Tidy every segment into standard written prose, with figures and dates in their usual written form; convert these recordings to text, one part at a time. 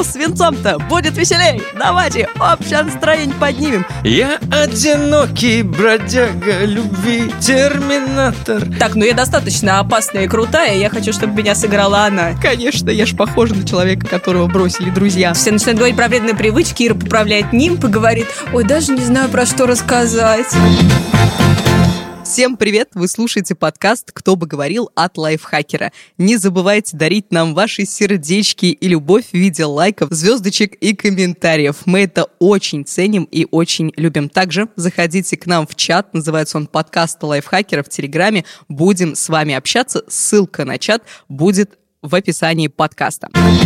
Ну, свинцом-то будет веселей. Давайте общее настроение поднимем. Я одинокий бродяга любви, терминатор. Так, ну я достаточно опасная и крутая, я хочу, чтобы меня сыграла она. Конечно, я ж похожа на человека, которого бросили друзья. Все начинают говорить про вредные привычки, Ира поправляет нимб и говорит: ой, даже не знаю, про что рассказать. Всем привет! Вы слушаете подкаст «Кто бы говорил» от Лайфхакера. Не забывайте дарить нам ваши сердечки и любовь в виде лайков, звездочек и комментариев. Мы это очень ценим и очень любим. Также заходите к нам в чат, называется он «Подкаст Лайфхакера» в Телеграме. Будем с вами общаться. Ссылка на чат будет в описании подкаста.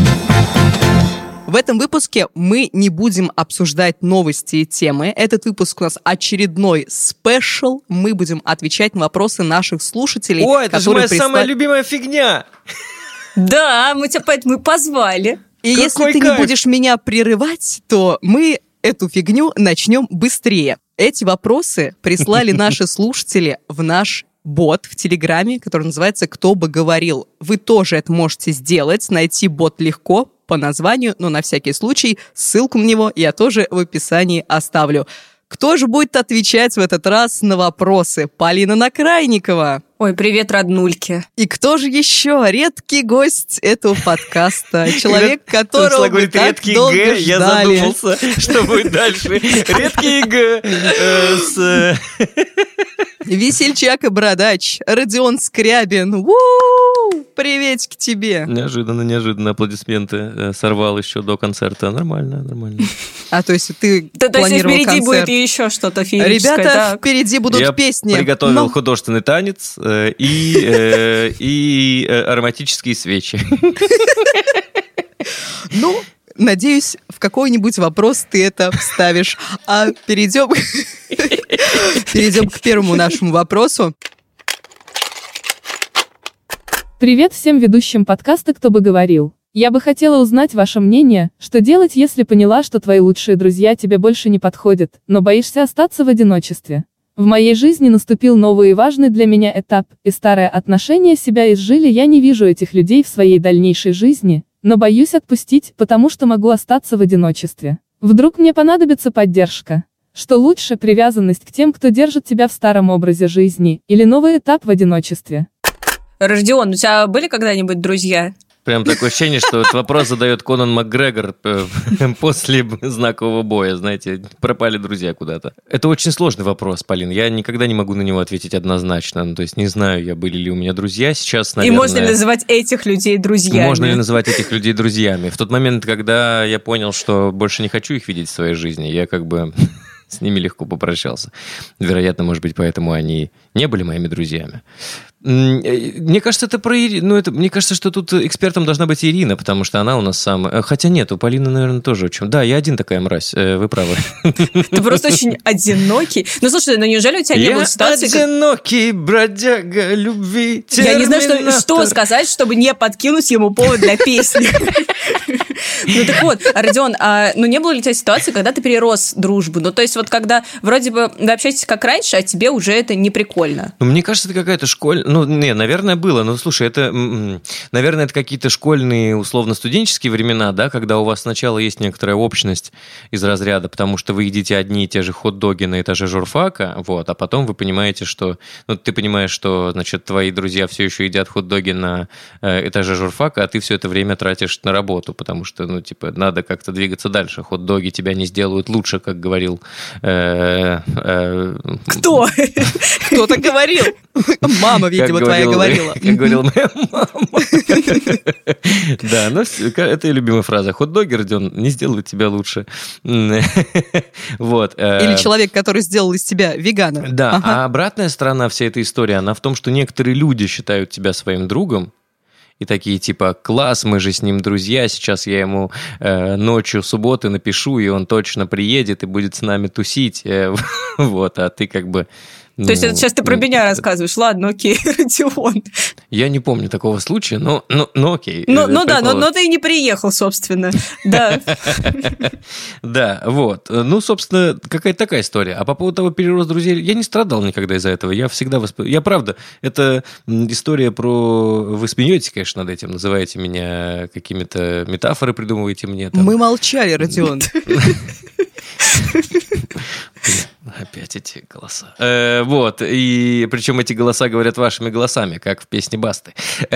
В этом выпуске мы не будем обсуждать новости и темы. Этот выпуск у нас очередной спешл. Мы будем отвечать на вопросы наших слушателей. Ой, это же моя самая любимая фигня! Да, мы тебя поэтому и позвали. И если ты не будешь меня прерывать, то мы эту фигню начнем быстрее. Эти вопросы прислали наши слушатели в наш бот в Телеграме, который называется «Кто бы говорил». Вы тоже это можете сделать. Найти бот легко по названию, но на всякий случай ссылку на него я тоже в описании оставлю. Кто же будет отвечать в этот раз на вопросы? Полина Накрайникова. Ой, привет, роднульки. И кто же еще? Редкий гость этого подкаста. Человек, которого вы так долго ждали. Я задумался, что будет дальше. Редкий Г с... Весельчак и бородач. Родион Скрябин. У-у-у! Приветик тебе. Неожиданно аплодисменты сорвал еще до концерта. Нормально. А то есть ты планировал впереди концерт? Будет еще что-то феерическое. Ребята, так. Впереди будут песни. Я приготовил художественный танец и ароматические свечи. Ну, надеюсь, в какой-нибудь вопрос ты это вставишь. А перейдем к первому нашему вопросу. Привет всем ведущим подкаста «Кто бы говорил». Я бы хотела узнать ваше мнение, что делать, если поняла, что твои лучшие друзья тебе больше не подходят, но боишься остаться в одиночестве. В моей жизни наступил новый и важный для меня этап, и старые отношения себя изжили, я не вижу этих людей в своей дальнейшей жизни, но боюсь отпустить, потому что могу остаться в одиночестве. Вдруг мне понадобится поддержка. Что лучше, привязанность к тем, кто держит тебя в старом образе жизни, или новый этап в одиночестве? Родион, у тебя были когда-нибудь друзья? Прям такое ощущение, что этот вопрос задает Конан Макгрегор после знакового боя, знаете, пропали друзья куда-то. Это очень сложный вопрос, Полин, я никогда не могу на него ответить однозначно, ну, то есть не знаю, были ли у меня друзья, сейчас, наверное... И можно ли называть этих людей друзьями? Можно ли называть этих людей друзьями? В тот момент, когда я понял, что больше не хочу их видеть в своей жизни, я как бы... с ними легко попрощался. Вероятно, может быть, поэтому они не были моими друзьями. Мне кажется, это про Ирину. Мне кажется, что тут экспертом должна быть Ирина, потому что она у нас самая... Хотя нет, у Полины, наверное, тоже очень... Да, я один такая мразь, вы правы. Ты просто очень одинокий. Ну, слушай, неужели у тебя не было ситуации... Я одинокий бродяга любви, терминатор. Я не знаю, что сказать, чтобы не подкинуть ему повод для песни. Ну, так вот, Родион, не было ли у тебя ситуации, когда ты перерос дружбу? Ну, то есть вот когда вроде бы вы общаетесь как раньше, а тебе уже это не прикольно. Ну, мне кажется, это какая-то школьная... наверное, было. Но, слушай, наверное, это какие-то школьные, условно-студенческие времена, да, когда у вас сначала есть некоторая общность из разряда, потому что вы едите одни и те же хот-доги на этаже журфака, вот, а потом вы понимаете, что... Ну, ты понимаешь, что, значит, твои друзья все еще едят хот-доги на этаже журфака, а ты все это время тратишь на работу, потому что, надо как-то двигаться дальше. Хот-доги тебя не сделают лучше, как говорил... Кто? Кто-то говорил. Мама, видимо, твоя говорила. Как говорила моя мама. Да, это любимая фраза. Хот-доги, Родион, не сделают тебя лучше. Вот. Или человек, который сделал из тебя вегана. Да, а обратная сторона всей этой истории, она в том, что некоторые люди считают тебя своим другом, и такие типа: класс, мы же с ним друзья, сейчас я ему ночью субботы напишу, и он точно приедет и будет с нами тусить. Вот, а ты как бы То есть это сейчас ты про меня рассказываешь. Ладно, окей, Родион. Я не помню такого случая, но окей. Ну да, но ты и не приехал, собственно. Да. Да, вот. Ну, собственно, какая-то такая история. А по поводу того перероста друзей, я не страдал никогда из-за этого. Я всегда Я правда, это история про... Вы смеетесь, конечно, над этим, называете меня какими-то метафоры, придумываете мне. Мы молчали, Родион. Опять эти голоса. Вот, и причем эти голоса говорят вашими голосами, как в песне Басты.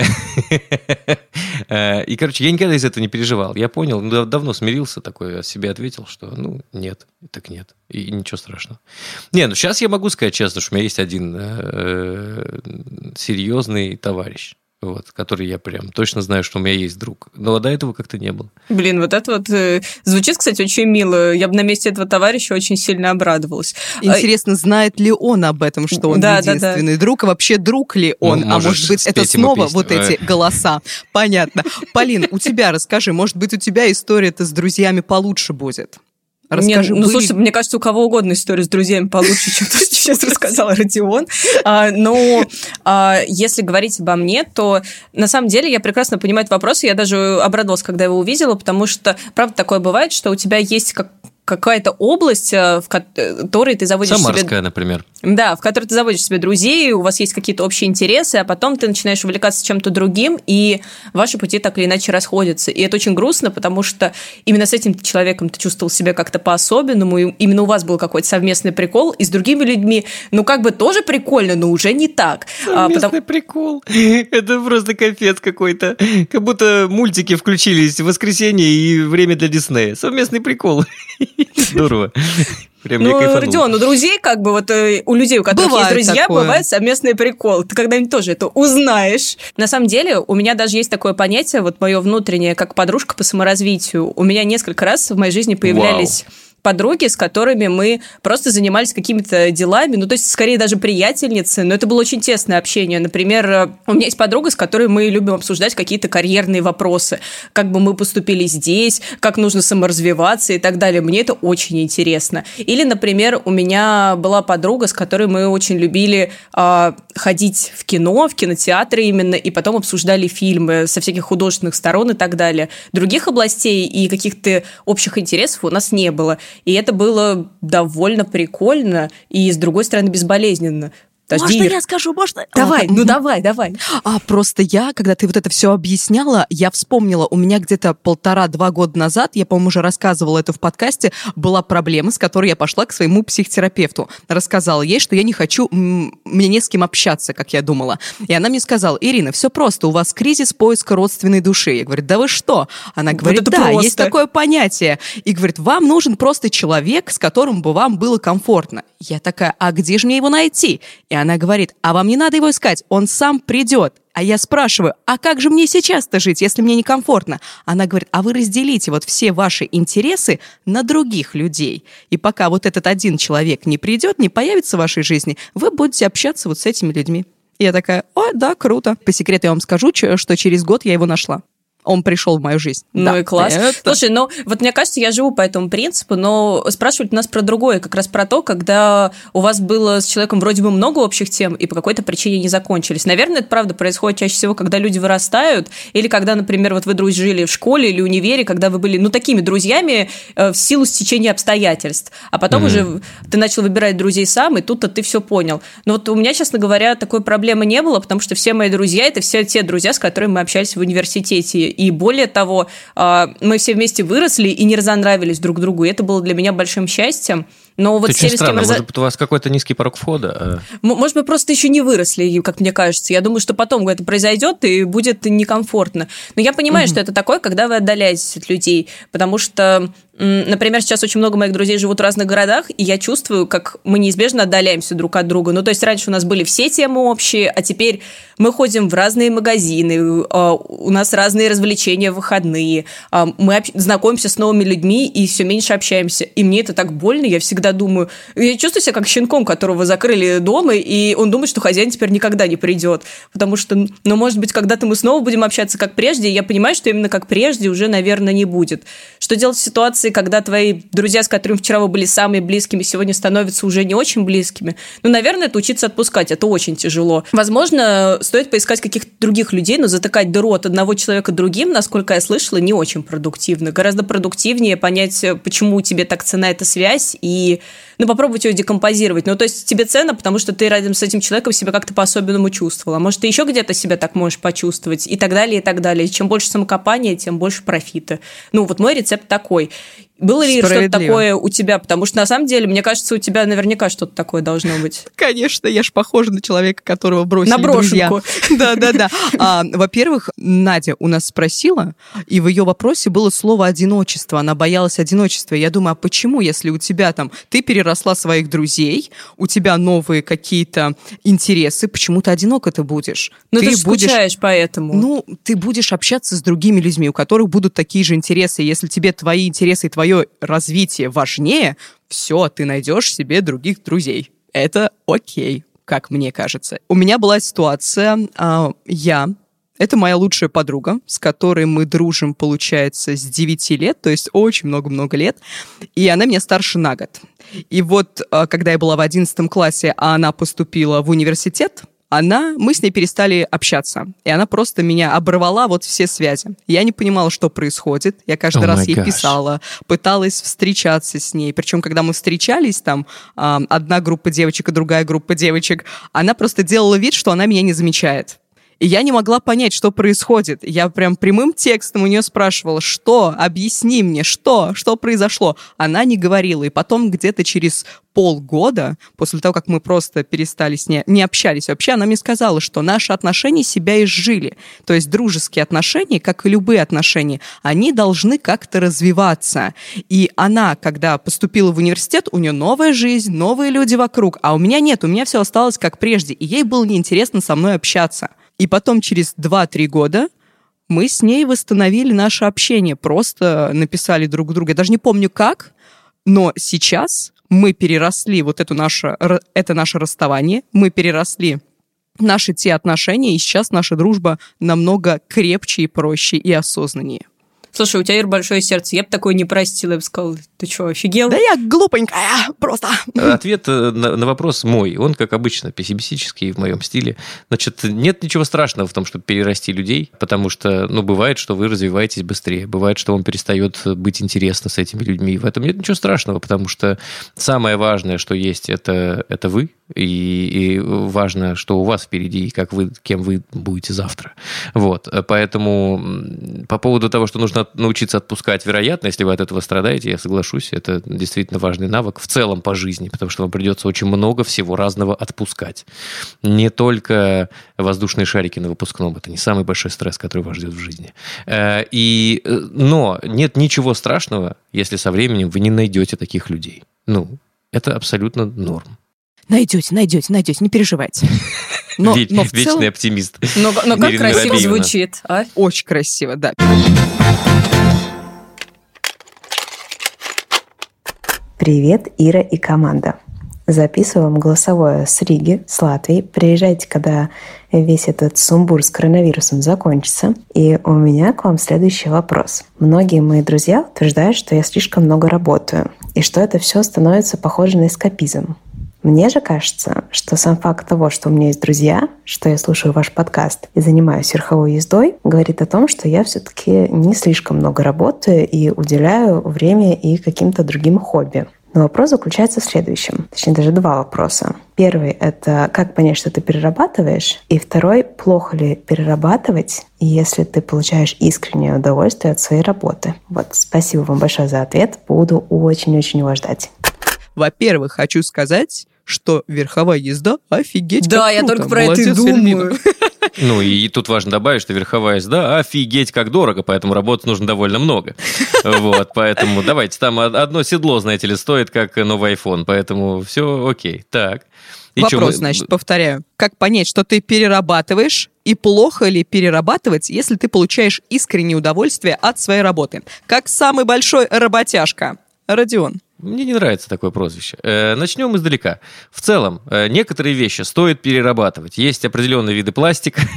И, короче, я никогда из этого не переживал. Я понял, давно смирился, такой себе ответил, что, нет, так нет, и ничего страшного. Сейчас я могу сказать честно, что у меня есть один серьезный товарищ. Вот, который я прям точно знаю, что у меня есть друг. Но до этого как-то не было. Блин, вот это вот звучит, кстати, очень мило. Я бы на месте этого товарища очень сильно обрадовалась. Интересно, знает ли он об этом, что он единственный друг? А вообще друг ли он? А может быть, это снова вот эти голоса? Понятно. Полин, у тебя расскажи, может быть, у тебя история-то с друзьями получше будет? Расскажи, слушай, мне кажется, у кого угодно история с друзьями получше, чем то, что сейчас рассказал Родион. Но если говорить обо мне, то на самом деле я прекрасно понимаю этот вопрос, и я даже обрадовалась, когда его увидела, потому что, правда, такое бывает, что у тебя есть какая-то область, в которой ты заводишь Самарская, например. Да, в которой ты заводишь себе друзей, у вас есть какие-то общие интересы, а потом ты начинаешь увлекаться чем-то другим, и ваши пути так или иначе расходятся. И это очень грустно, потому что именно с этим человеком ты чувствовал себя как-то по-особенному, и именно у вас был какой-то совместный прикол, и с другими людьми, как бы тоже прикольно, но уже не так. Совместный прикол? Это просто капец какой-то. Как будто мультики включились в воскресенье и время для Диснея. Совместный прикол. Здорово. Прям Родион, у друзей, у людей, у которых бывает есть друзья, такое. Бывает совместный прикол. Ты когда-нибудь тоже это узнаешь. На самом деле, у меня даже есть такое понятие, мое внутреннее, как подружка по саморазвитию. У меня несколько раз в моей жизни появлялись... подруги, с которыми мы просто занимались какими-то делами, то есть, скорее, даже приятельницы, но это было очень тесное общение. Например, у меня есть подруга, с которой мы любим обсуждать какие-то карьерные вопросы, как бы мы поступили здесь, как нужно саморазвиваться и так далее. Мне это очень интересно. Или, например, у меня была подруга, с которой мы очень любили ходить в кино, в кинотеатры именно, и потом обсуждали фильмы со всяких художественных сторон и так далее. Других областей и каких-то общих интересов у нас не было. И это было довольно прикольно и, с другой стороны, безболезненно. Можно я скажу? Можно? Давай, давай. Просто когда ты вот это все объясняла, я вспомнила, у меня где-то 1,5-2 года назад, я, по-моему, уже рассказывала это в подкасте, была проблема, с которой я пошла к своему психотерапевту. Рассказала ей, что я не хочу, мне не с кем общаться, как я думала. И она мне сказала: Ирина, все просто, у вас кризис поиска родственной души. Я говорю: да вы что? Она говорит: да, просто. Есть такое понятие. И говорит: вам нужен просто человек, с которым бы вам было комфортно. Я такая: а где же мне его найти? И она говорит: а вам не надо его искать, он сам придет. А я спрашиваю: а как же мне сейчас-то жить, если мне некомфортно? Она говорит: а вы разделите все ваши интересы на других людей. И пока этот один человек не придет, не появится в вашей жизни, вы будете общаться с этими людьми. И я такая: о, да, круто. По секрету я вам скажу, что через год я его нашла. Он пришел в мою жизнь. И класс. Слушай, мне кажется, я живу по этому принципу, но спрашивают нас про другое, как раз про то, когда у вас было с человеком вроде бы много общих тем, и по какой-то причине не закончились. Наверное, это правда происходит чаще всего, когда люди вырастают, или когда, например, вы дружили в школе или универе, когда вы были, такими друзьями в силу стечения обстоятельств. А потом уже ты начал выбирать друзей сам, и тут-то ты все понял. Но у меня, честно говоря, такой проблемы не было, потому что все мои друзья – это все те друзья, с которыми мы общались в университете. И более того, мы все вместе выросли и не разонравились друг другу. И это было для меня большим счастьем. Но это очень странно. Может быть, у вас какой-то низкий порог входа? Может, мы просто еще не выросли, как мне кажется. Я думаю, что потом это произойдет, и будет некомфортно. Но я понимаю, что это такое, когда вы отдаляетесь от людей. Потому что, например, сейчас очень много моих друзей живут в разных городах, и я чувствую, как мы неизбежно отдаляемся друг от друга. То есть раньше у нас были все темы общие, а теперь мы ходим в разные магазины, у нас разные развлечения в выходные, мы знакомимся с новыми людьми и все меньше общаемся. И мне это так больно, я всегда думаю... Я чувствую себя как щенком, которого закрыли дома, и он думает, что хозяин теперь никогда не придет. Потому что, может быть, когда-то мы снова будем общаться как прежде, и я понимаю, что именно как прежде уже, наверное, не будет. Что делать в ситуации, ситуации, когда твои друзья, с которыми вчера вы были самыми близкими, сегодня становятся уже не очень близкими. Ну, наверное, это учиться отпускать. Это очень тяжело. Возможно, стоит поискать каких-то других людей, но затыкать дыру от одного человека другим, насколько я слышала, не очень продуктивно. Гораздо продуктивнее понять, почему тебе так ценна эта связь, и попробовать ее декомпозировать. Ну, то есть тебе ценно, потому что ты рядом с этим человеком себя как-то по-особенному чувствовала. А может, ты еще где-то себя так можешь почувствовать, и так далее, и так далее. Чем больше самокопания, тем больше профита. Ну, вот мой рецепт такой. Было ли что-то такое у тебя? Потому что, на самом деле, мне кажется, у тебя наверняка что-то такое должно быть. Конечно, я ж похожа на человека, которого бросили друзья. Да. Во-первых, Надя у нас спросила, и в ее вопросе было слово «одиночество». Она боялась одиночества. Я думаю, а почему, если у тебя там... Ты переросла своих друзей, у тебя новые какие-то интересы, почему ты одиноко ты будешь? Ну, ты скучаешь поэтому. Ну, ты будешь общаться с другими людьми, у которых будут такие же интересы. Если тебе твои интересы и твое развитие важнее, все, ты найдешь себе других друзей. Это окей, как мне кажется. У меня была ситуация, это моя лучшая подруга, с которой мы дружим, получается, с 9 лет, то есть очень много-много лет, и она меня старше на год. И вот, когда я была в 11 классе, а она поступила в университет, мы с ней перестали общаться, и она просто меня оборвала все связи. Я не понимала, что происходит, я каждый раз ей писала, пыталась встречаться с ней, причем, когда мы встречались, там, одна группа девочек и другая группа девочек, она просто делала вид, что она меня не замечает. И я не могла понять, что происходит. Я прям прямым текстом у нее спрашивала, что? Объясни мне, что произошло? Она не говорила. И потом где-то через полгода, после того, как мы просто перестали с ней, не общались вообще, она мне сказала, что наши отношения себя изжили. То есть дружеские отношения, как и любые отношения, они должны как-то развиваться. И она, когда поступила в университет, у нее новая жизнь, новые люди вокруг, а у меня нет, у меня все осталось как прежде, и ей было неинтересно со мной общаться. И потом через 2-3 года мы с ней восстановили наше общение, просто написали друг другу. Я даже не помню как, но сейчас мы переросли это наше расставание, мы переросли наши те отношения, и сейчас наша дружба намного крепче и проще и осознаннее. Слушай, у тебя, Ир, большое сердце. Я бы такое не простила. Я бы сказала, ты что, офигел? Да я глупенькая, просто. Ответ на вопрос мой. Он, как обычно, пессимистический в моем стиле. Значит, нет ничего страшного в том, чтобы перерасти людей, потому что, бывает, что вы развиваетесь быстрее. Бывает, что вам перестает быть интересно с этими людьми. В этом нет ничего страшного, потому что самое важное, что есть, это вы. И важно, что у вас впереди, и кем вы будете завтра. Поэтому по поводу того, что нужно научиться отпускать, вероятно, если вы от этого страдаете, я соглашусь, это действительно важный навык в целом по жизни, потому что вам придется очень много всего разного отпускать. Не только воздушные шарики на выпускном, это не самый большой стресс, который вас ждет в жизни. Но нет ничего страшного, если со временем вы не найдете таких людей. Это абсолютно норм. Найдете, не переживайте. Но Вечный оптимист. Но как красиво звучит, а? Очень красиво, да. Привет, Ира и команда. Записываем голосовое с Риги, с Латвии. Приезжайте, когда весь этот сумбур с коронавирусом закончится. И у меня к вам следующий вопрос. Многие мои друзья утверждают, что я слишком много работаю, и что это все становится похоже на эскапизм. Мне же кажется, что сам факт того, что у меня есть друзья, что я слушаю ваш подкаст и занимаюсь верховой ездой, говорит о том, что я все-таки не слишком много работаю и уделяю время и каким-то другим хобби. Но вопрос заключается в следующем. Точнее, даже два вопроса. Первый — это как понять, что ты перерабатываешь? И второй — плохо ли перерабатывать, если ты получаешь искреннее удовольствие от своей работы? Спасибо вам большое за ответ. Буду очень-очень его ждать. Во-первых, хочу сказать, что верховая езда офигеть как круто. Да, я только про это и думаю. И тут важно добавить, что верховая езда офигеть как дорого, поэтому работать нужно довольно много. Поэтому давайте, там одно седло, знаете ли, стоит как новый iPhone, поэтому все окей. Так. Вопрос, значит, повторяю. Как понять, что ты перерабатываешь, и плохо ли перерабатывать, если ты получаешь искреннее удовольствие от своей работы? Как самый большой работяжка. Родион. Мне не нравится такое прозвище. Начнем издалека. В целом, некоторые вещи стоит перерабатывать. Есть определенные виды пластика,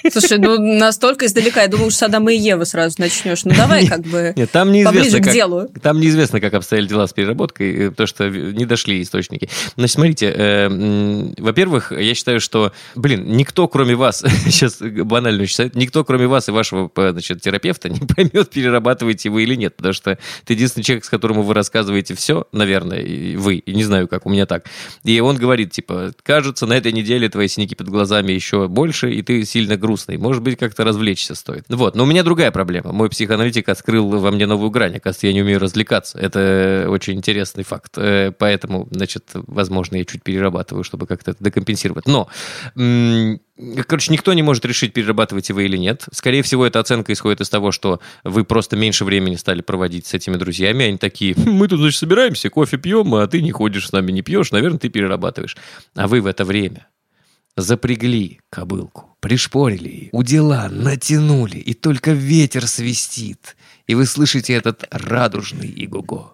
Слушай, ну настолько издалека, я думаю, что Саддама и Ева сразу начнешь. Ну давай как бы Нет, там поближе к делу. Там неизвестно, как обстояли дела с переработкой, потому что не дошли источники. Значит, смотрите, во-первых, я считаю, что, никто, кроме вас, сейчас банально очень совет, никто, кроме вас и вашего, значит, терапевта не поймет, перерабатываете вы или нет, потому что это единственный человек, с которым вы рассказываете все, наверное, и вы, и не знаю, как, у меня так. И он говорит, типа, кажется, на этой неделе твои синяки под глазами еще больше, и ты сильно грустный. Может быть, как-то развлечься стоит. Вот. Но у меня другая проблема. Мой психоаналитик открыл во мне новую грань. Оказывается, я не умею развлекаться. Это очень интересный факт. Поэтому, значит, возможно, я чуть перерабатываю, чтобы как-то это декомпенсировать. Но... Короче, никто не может решить, перерабатываете вы или нет. Скорее всего, эта оценка исходит из того, что вы просто меньше времени стали проводить с этими друзьями. Они такие, мы тут, значит, собираемся, кофе пьем, а ты не ходишь с нами, не пьешь. Наверное, ты перерабатываешь. А вы в это время запрягли кобылку, пришпорили, удила натянули, и только ветер свистит. И вы слышите этот радужный иго-го.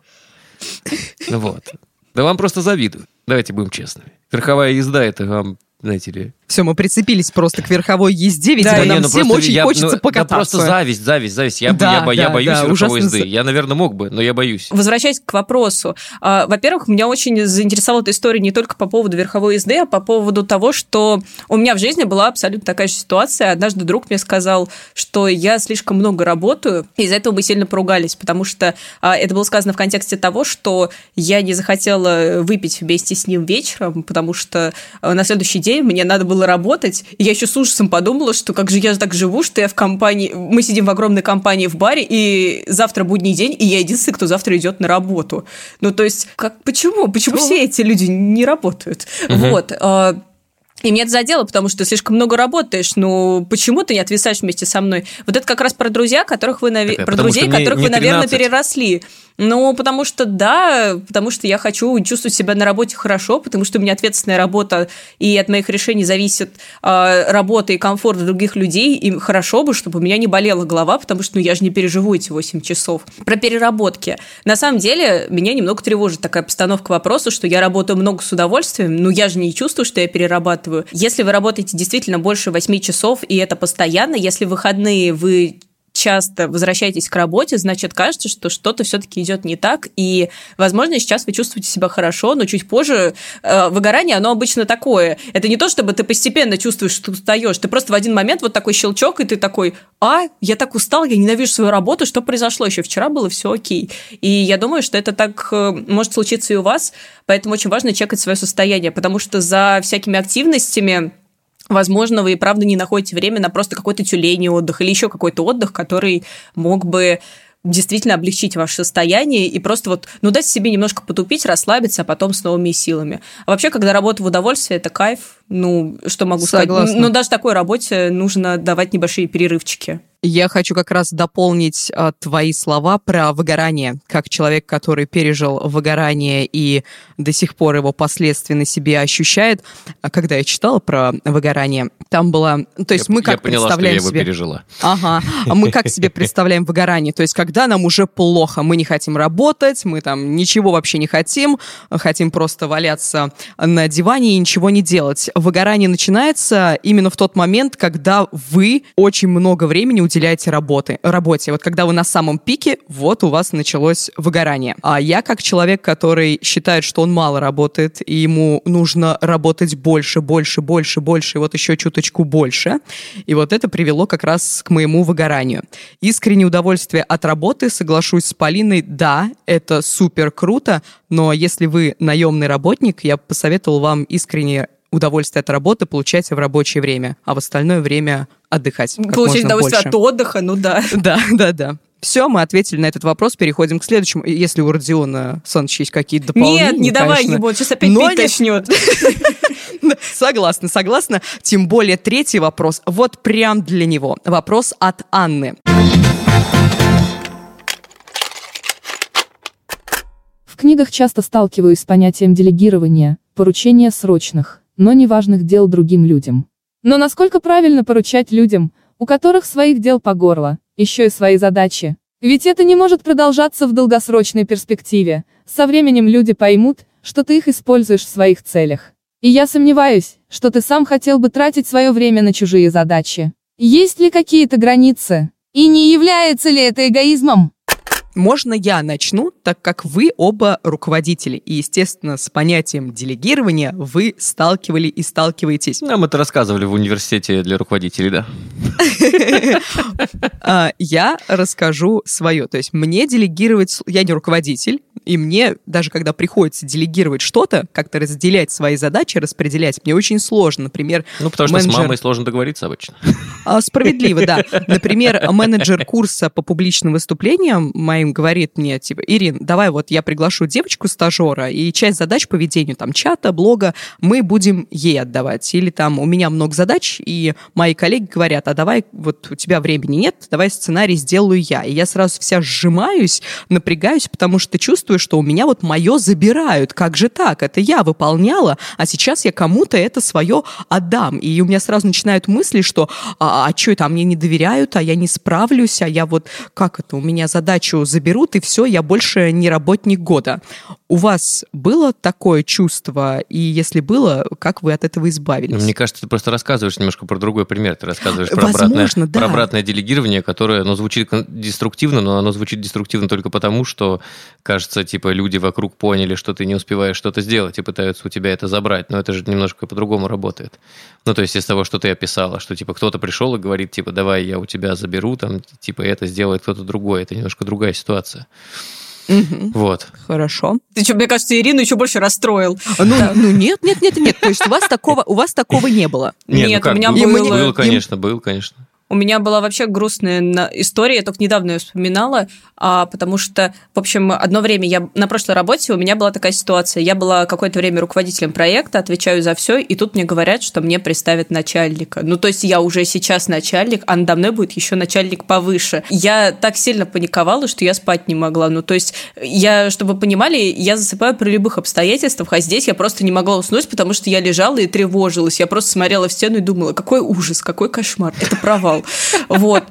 Вот. Да вам просто завидую. Давайте будем честными. Верховая езда – это вам, знаете ли... Все, мы прицепились просто к верховой езде, видимо, Да, нам всем очень хочется покататься. Да просто зависть. Я боюсь верховой езды. Я, наверное, мог бы, но я боюсь. Возвращаясь к вопросу. Во-первых, меня очень заинтересовала эта история не только по поводу верховой езды, а по поводу того, что у меня в жизни была абсолютно такая же ситуация. Однажды друг мне сказал, что я слишком много работаю, и из-за этого мы сильно поругались, потому что это было сказано в контексте того, что я не захотела выпить вместе с ним вечером, потому что на следующий день мне надо было работать, и я еще с ужасом подумала, что как же я так живу, что я в компании, мы сидим в огромной компании в баре, и завтра будний день, и я единственный, кто завтра идет на работу. Ну, то есть, почему все эти люди не работают? Вот. И меня это задело, потому что ты слишком много работаешь. Ну, почему ты не отвисаешь вместе со мной? Вот это как раз про друзей, которых вы, наверное, переросли. Ну, потому что я хочу чувствовать себя на работе хорошо, потому что у меня ответственная работа, и от моих решений зависит работа и комфорт других людей, и хорошо бы, чтобы у меня не болела голова, потому что я же не переживу эти 8 часов. Про переработки. На самом деле, меня немного тревожит такая постановка вопроса, что я работаю много с удовольствием, но я же не чувствую, что я перерабатываю. Если вы работаете действительно больше 8 часов, и это постоянно, если в выходные вы часто возвращаетесь к работе, значит, кажется, что что-то все-таки идет не так, и, возможно, сейчас вы чувствуете себя хорошо, но чуть позже выгорание, оно обычно такое. Это не то, чтобы ты постепенно чувствуешь, что устаешь, ты просто в один момент вот такой щелчок, и ты такой, я так устал, я ненавижу свою работу, что произошло? Еще вчера было все окей. И я думаю, что это так может случиться и у вас, поэтому очень важно чекать свое состояние, потому что за всякими активностями возможно, вы и правда не находите время на просто какой-то тюленей отдых или еще какой-то отдых, который мог бы действительно облегчить ваше состояние и просто дать себе немножко потупить, расслабиться, а потом с новыми силами. А вообще, когда работа в удовольствие, это кайф. Что могу сказать? Даже такой работе нужно давать небольшие перерывчики. Я хочу как раз дополнить твои слова про выгорание. Как человек, который пережил выгорание и до сих пор его последствия на себе ощущает. Когда я читала про выгорание, там было... То есть мы как представляем себе... Я поняла, что я его пережила. Ага. А мы как себе представляем выгорание? То есть когда нам уже плохо, мы не хотим работать, мы там ничего вообще не хотим просто валяться на диване и ничего не делать. Выгорание начинается именно в тот момент, когда вы очень много времени уделяете работе. Вот когда вы на самом пике, у вас началось выгорание. А я как человек, который считает, что он мало работает, и ему нужно работать больше, и еще чуточку больше. И это привело как раз к моему выгоранию. Искреннее удовольствие от работы, соглашусь с Полиной, да, это супер круто, но если вы наемный работник, я бы посоветовал вам искренне удовольствие от работы получать в рабочее время, а в остальное время отдыхать как получать можно удовольствие больше. От отдыха, Да. Все, мы ответили на этот вопрос, переходим к следующему. Если у Родиона Саныча есть какие-то дополнения, Нет, не давай ему, сейчас опять пить начнет. Согласна. Тем более третий вопрос, прям для него. Вопрос от Анны. В книгах часто сталкиваюсь с понятием делегирования, поручения срочных, но неважных дел другим людям. Но насколько правильно поручать людям, у которых своих дел по горло, еще и свои задачи? Ведь это не может продолжаться в долгосрочной перспективе. Со временем люди поймут, что ты их используешь в своих целях. И я сомневаюсь, что ты сам хотел бы тратить свое время на чужие задачи. Есть ли какие-то границы? И не является ли это эгоизмом? Можно я начну, так как вы оба руководители, и, естественно, с понятием делегирования вы сталкивали и сталкиваетесь. Нам это рассказывали в университете для руководителей, да. Я расскажу свое. То есть мне делегировать... Я не руководитель, и мне, даже когда приходится делегировать что-то, как-то разделять свои задачи, распределять, мне очень сложно. Например, потому что с мамой сложно договориться обычно. Справедливо, да. Например, менеджер курса по публичным выступлениям моим говорит мне, типа, Ирин, давай вот я приглашу девочку-стажера, и часть задач по ведению там чата, блога мы будем ей отдавать. Или там у меня много задач, и мои коллеги говорят, а давай, вот у тебя времени нет, давай сценарий сделаю я. И я сразу вся сжимаюсь, напрягаюсь, потому что чувствую, что у меня вот мое забирают. Как же так? Это я выполняла, а сейчас я кому-то это свое отдам. И у меня сразу начинают мысли, что что это, мне не доверяют, а я не справлюсь, а я вот, как это, у меня задачу заберут, и все, я больше не работник года. У вас было такое чувство? И если было, как вы от этого избавились? Мне кажется, ты просто рассказываешь немножко про другой пример. Ты рассказываешь Возможно, про обратное делегирование, которое, звучит деструктивно, но оно звучит деструктивно только потому, что, кажется, типа, люди вокруг поняли, что ты не успеваешь что-то сделать и пытаются у тебя это забрать. Но это же немножко по-другому работает. То есть из того, что ты описала, что, типа, кто-то пришел и говорит, типа, давай я у тебя заберу, там, типа, это сделает кто-то другой. Это немножко другая ситуация. Угу. Вот. Хорошо. Ты что, мне кажется, Ирину еще больше расстроил. Нет. То есть у вас такого не было? Нет, у меня было. Был, конечно. У меня была вообще грустная история, я только недавно ее вспоминала, потому что, в общем, одно время на прошлой работе у меня была такая ситуация. Я была какое-то время руководителем проекта, отвечаю за все, и тут мне говорят, что мне представят начальника. То есть я уже сейчас начальник, а надо мной будет еще начальник повыше. Я так сильно паниковала, что я спать не могла. То есть чтобы вы понимали, я засыпаю при любых обстоятельствах, а здесь я просто не могла уснуть, потому что я лежала и тревожилась. Я просто смотрела в стену и думала, какой ужас, какой кошмар, это провал. Вот.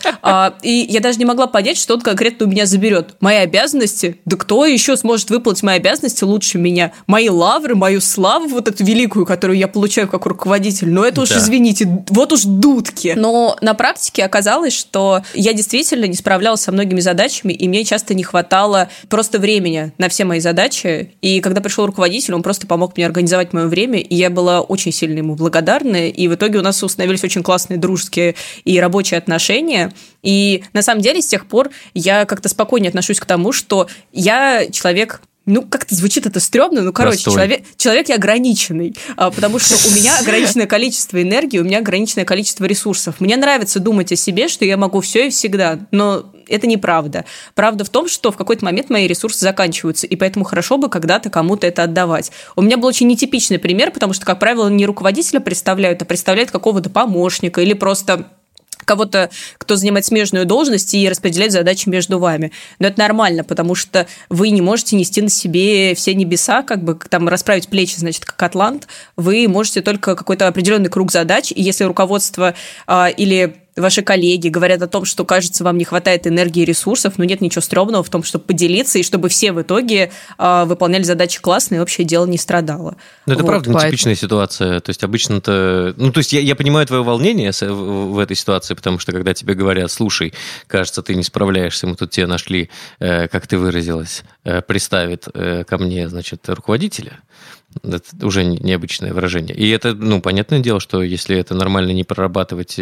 И я даже не могла понять, что он конкретно у меня заберет. Мои обязанности? Да кто еще сможет выполнить мои обязанности лучше меня? Мои лавры, мою славу, вот эту великую, которую я получаю как руководитель. Это уж, извините, вот уж дудки. Но на практике оказалось, что я действительно не справлялась со многими задачами, и мне часто не хватало просто времени на все мои задачи. И когда пришел руководитель, он просто помог мне организовать мое время, и я была очень сильно ему благодарна. И в итоге у нас установились очень классные дружеские и рабочие отношения. И на самом деле с тех пор я как-то спокойнее отношусь к тому, что я человек... как-то звучит это стрёмно, человек я ограниченный, потому что у меня ограниченное количество энергии, у меня ограниченное количество ресурсов. Мне нравится думать о себе, что я могу все и всегда, но это неправда. Правда в том, что в какой-то момент мои ресурсы заканчиваются, и поэтому хорошо бы когда-то кому-то это отдавать. У меня был очень нетипичный пример, потому что, как правило, не руководителя представляют, а представляют какого-то помощника или просто... кого-то, кто занимает смежную должность и распределяет задачи между вами. Но это нормально, потому что вы не можете нести на себе все небеса, расправить плечи, значит, как атлант. Вы можете только какой-то определенный круг задач, и если руководство или ваши коллеги говорят о том, что, кажется, вам не хватает энергии и ресурсов, нет ничего стрёмного в том, чтобы поделиться, и чтобы все в итоге выполняли задачи классно, и общее дело не страдало. Это правда нетипичная ситуация. То есть обычно-то... то есть я понимаю твое волнение в этой ситуации, потому что когда тебе говорят, слушай, кажется, ты не справляешься, мы тут тебя нашли, как ты выразилась, приставит ко мне, значит, руководителя. Это уже необычное выражение. И это, понятное дело, что если это нормально не прорабатывать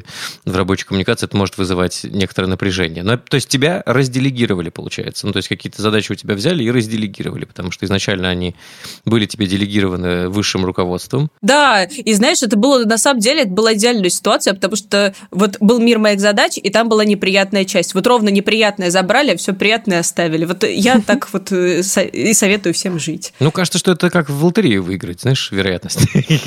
в рабочей коммуникации, это может вызывать некоторое напряжение. То есть тебя разделегировали, получается. То есть какие-то задачи у тебя взяли и разделегировали, потому что изначально они были тебе делегированы высшим руководством. Да, и знаешь, это было, на самом деле, это была идеальная ситуация, потому что вот был мир моих задач, и там была неприятная часть. Вот ровно неприятное забрали, а все приятное оставили. Вот я так вот и советую всем жить. Кажется, что это как в лотерею выиграть, знаешь, вероятность.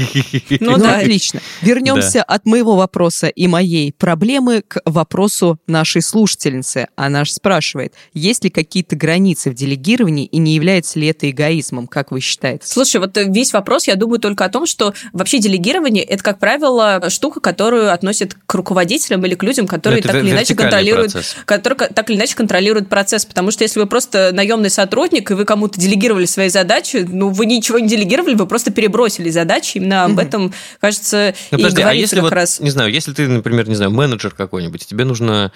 Да, отлично. Вернемся от моего вопроса и моей проблемы к вопросу нашей слушательницы. Она же спрашивает, есть ли какие-то границы в делегировании и не является ли это эгоизмом, как вы считаете? Слушай, вот весь вопрос, я думаю, только о том, что вообще делегирование – это, как правило, штука, которую относят к руководителям или к людям, которые так или иначе контролируют процесс. Потому что если вы просто наемный сотрудник, и вы кому-то делегировали свои задачи, вы ничего не делегировали, вы просто перебросили задачи. Именно об этом, кажется, ну, и подожди, говорится если как раз. Не знаю, если ты, например, не знаю, менеджер какой-нибудь, тебе нужно,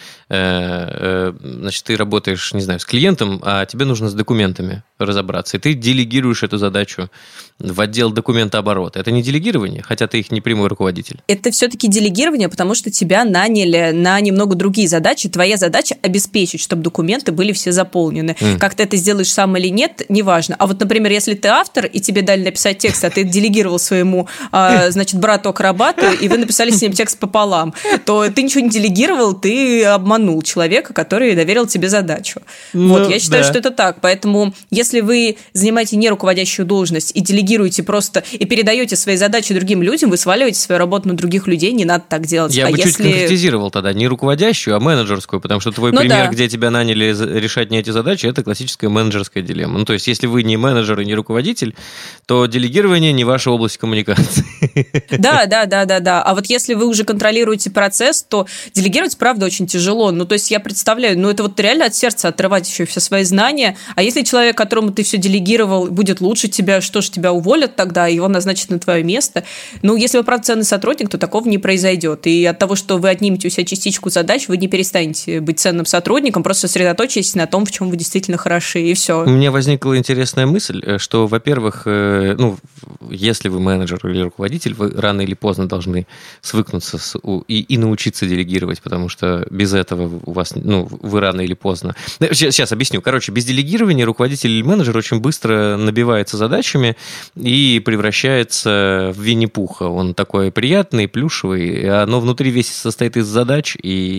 значит, ты работаешь, не знаю, с клиентом, а тебе нужно с документами разобраться, и ты делегируешь эту задачу в отдел документооборота. Это не делегирование, хотя ты их не прямой руководитель? Это все-таки делегирование, потому что тебя наняли на немного другие задачи. Твоя задача обеспечить, чтобы документы были все заполнены. Как ты это сделаешь сам или нет, неважно. А вот, например, если ты автор, и тебе дали написать текст, а ты делегировал своему, значит, брату-акробату, и вы написали с ним текст пополам, то ты ничего не делегировал, ты обманул человека, который доверил тебе задачу. Вот, я считаю, что это так. Поэтому, если вы занимаете не руководящую должность и делегируете просто, и передаете свои задачи другим людям, вы сваливаете свою работу на других людей, не надо так делать. Я бы чуть конкретизировал тогда, не руководящую, а менеджерскую, потому что твой пример, где тебя наняли решать не эти задачи, это классическая менеджерская дилемма. Ну, то есть, если вы не менеджер и не руководитель, то делегирование не ваша область коммуникации. Да. А вот если вы уже контролируете процесс, то делегировать, правда, очень тяжело. Ну, то есть, я представляю, это вот реально от сердца отрывать еще все свои знания. А если человек, которому ты все делегировал, будет лучше тебя, что ж, тебя уволят тогда, его назначат на твое место? Ну, если вы полноценный сотрудник, то такого не произойдет. И от того, что вы отнимете у себя частичку задач, вы не перестанете быть ценным сотрудником, просто сосредоточитесь на том, в чем вы действительно хороши, и все. У меня возникла интересная мысль, что, во-первых, если вы менеджер или руководитель, вы рано или поздно должны свыкнуться и научиться делегировать, потому что без этого у вас, вы рано или поздно... Сейчас объясню. Короче, без делегирования руководитель или менеджер очень быстро набивается задачами и превращается в Винни-Пуха. Он такой приятный, плюшевый, но внутри весь состоит из задач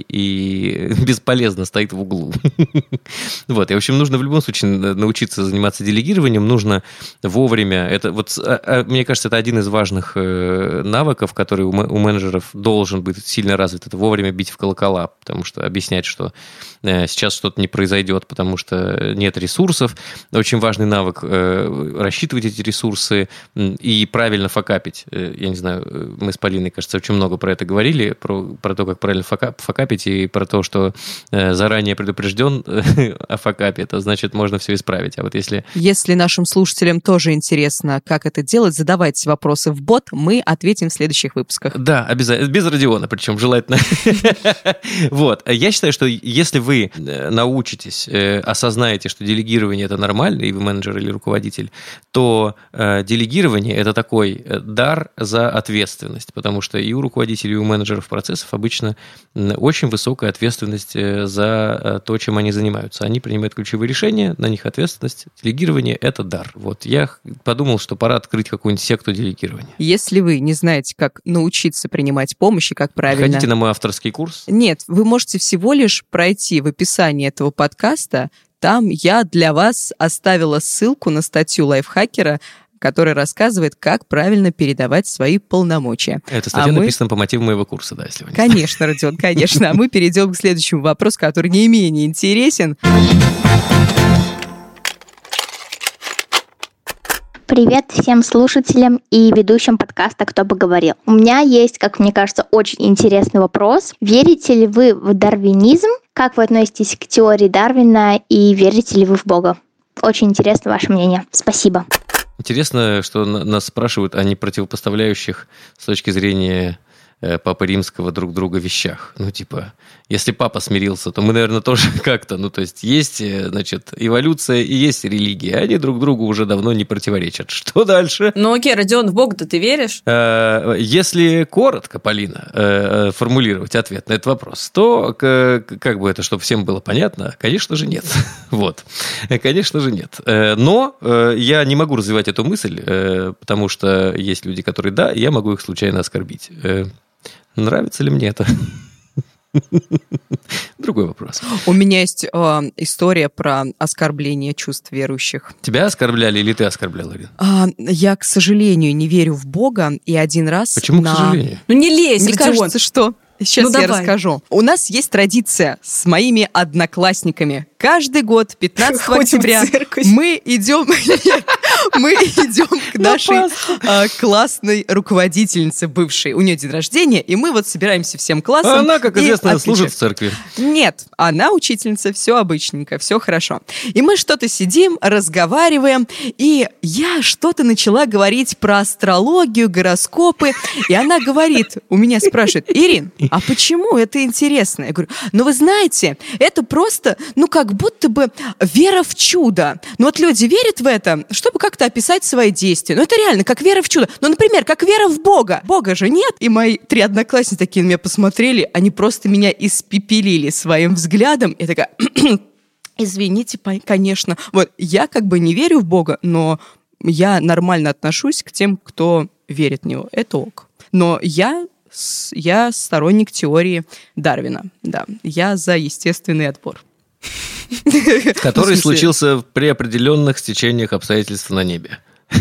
и бесполезно стоит в углу. Вот. И, в общем, нужно в любом случае научиться заниматься делегированием, нужно вовремя... Это вот, мне кажется, это один из важных навыков, который у менеджеров должен быть сильно развит. Это вовремя бить в колокола, потому что объяснять, что сейчас что-то не произойдет, потому что нет ресурсов. Очень важный навык рассчитывать эти ресурсы и правильно факапить. Я не знаю, мы с Полиной, кажется, очень много про это говорили, про то, как правильно факапить, и про то, что заранее предупрежден о факапе, это значит, можно все исправить. А вот если... Если нашим слушателям тоже интересно, как это делать, задавайте вопросы в бот, мы ответим в следующих выпусках. Да, обязательно. Без Родиона, причем желательно. Вот. Я считаю, что если вы научитесь, осознаете, что делегирование – это нормально, и вы менеджер или руководитель, то делегирование – это такой дар за ответственность, потому что и у руководителей, и у менеджеров процессов обычно очень высокая ответственность за то, чем они занимаются. Они принимают ключевые решения, на них ответственность. Делегирование – это дар. Вот. Я подумал, что пора открыть какую-нибудь секту делегирования. Если вы не знаете, как научиться принимать помощь и как правильно... Хотите на мой авторский курс? Нет, вы можете всего лишь пройти в описании этого подкаста. Там я для вас оставила ссылку на статью лайфхакера, который рассказывает, как правильно передавать свои полномочия. Эта статья написана по мотивам моего курса, да, если вы не знаете. Конечно, Родион, конечно. А мы перейдем к следующему вопросу, который не менее интересен. Привет всем слушателям и ведущим подкаста «Кто бы говорил». У меня есть, как мне кажется, очень интересный вопрос. Верите ли вы в дарвинизм? Как вы относитесь к теории Дарвина и верите ли вы в Бога? Очень интересно ваше мнение. Спасибо. Интересно, что нас спрашивают о непротивопоставляющих с точки зрения Папы Римского друг друга вещах. Если папа смирился, то мы, наверное, тоже как-то, то есть, значит, эволюция и есть религия, они друг другу уже давно не противоречат. Что дальше? Окей, Родион, в Бога-то ты веришь? Если коротко, Полина, формулировать ответ на этот вопрос, то, как бы это, чтобы всем было понятно, конечно же, нет. Вот. Конечно же, нет. Но я не могу развивать эту мысль, потому что есть люди, которые да, и я могу их случайно оскорбить. Нравится ли мне это? Другой вопрос. У меня есть история про оскорбление чувств верующих. Тебя оскорбляли или ты оскорбляла, Ирина? Я, к сожалению, не верю в Бога, и один раз... Почему, к сожалению? Не лезь, Мне Родион. кажется, что... Сейчас я расскажу. У нас есть традиция с моими одноклассниками. Каждый год, 15 октября, мы идем... мы идем к нашей классной руководительнице бывшей. У нее день рождения, и мы вот собираемся всем классом. А она, как известно, служит в церкви. Нет, она учительница, все обычненько, все хорошо. И мы что-то сидим, разговариваем, и я что-то начала говорить про астрологию, гороскопы, и она говорит, у меня спрашивает: Ирин, а почему это интересно? Я говорю: ну вы знаете, это просто, как будто бы вера в чудо. Ну вот люди верят в это, чтобы как-то описать свои действия. Ну это реально как вера в чудо. Ну, например, как вера в Бога. Бога же нет. И мои 3 одноклассницы такие на меня посмотрели, они просто меня испепелили своим взглядом. Я такая: извините, конечно. Вот, я как бы не верю в Бога, но я нормально отношусь к тем, кто верит в него. Это ок. Но я сторонник теории Дарвина. Да, я за естественный отбор. Который случился при определенных стечениях обстоятельств на небе.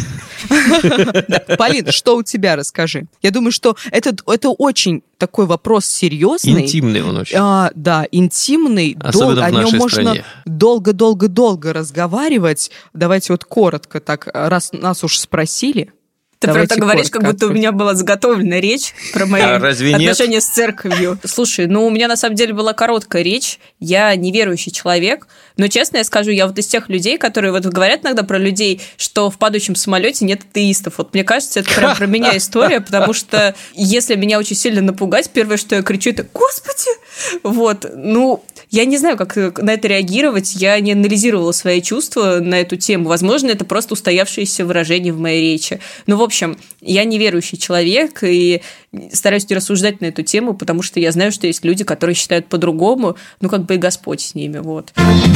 Полин, что у тебя, расскажи. Я думаю, что это очень такой вопрос серьезный. Интимный он очень. Да, интимный. Особенно в нашей стране. Долго-долго-долго разговаривать. Давайте вот коротко так, раз нас уж спросили. Ты прям так говоришь, как будто у меня была заготовлена речь про мои отношения с церковью. Слушай, у меня на самом деле была короткая речь. Я неверующий человек, но честно я скажу, я вот из тех людей, которые вот говорят иногда про людей, что в падающем самолете нет атеистов. Вот мне кажется, это прям про меня история, потому что если меня очень сильно напугать, первое, что я кричу, это: Господи! Вот, я не знаю, как на это реагировать, я не анализировала свои чувства на эту тему. Возможно, это просто устоявшееся выражение в моей речи. В общем, я неверующий человек и стараюсь не рассуждать на эту тему, потому что я знаю, что есть люди, которые считают по-другому, и Господь с ними, вот.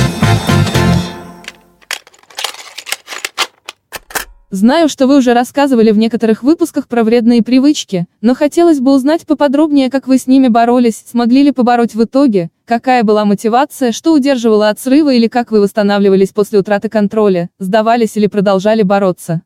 Знаю, что вы уже рассказывали в некоторых выпусках про вредные привычки, но хотелось бы узнать поподробнее, как вы с ними боролись, смогли ли побороть в итоге, какая была мотивация, что удерживало от срыва или как вы восстанавливались после утраты контроля, сдавались или продолжали бороться.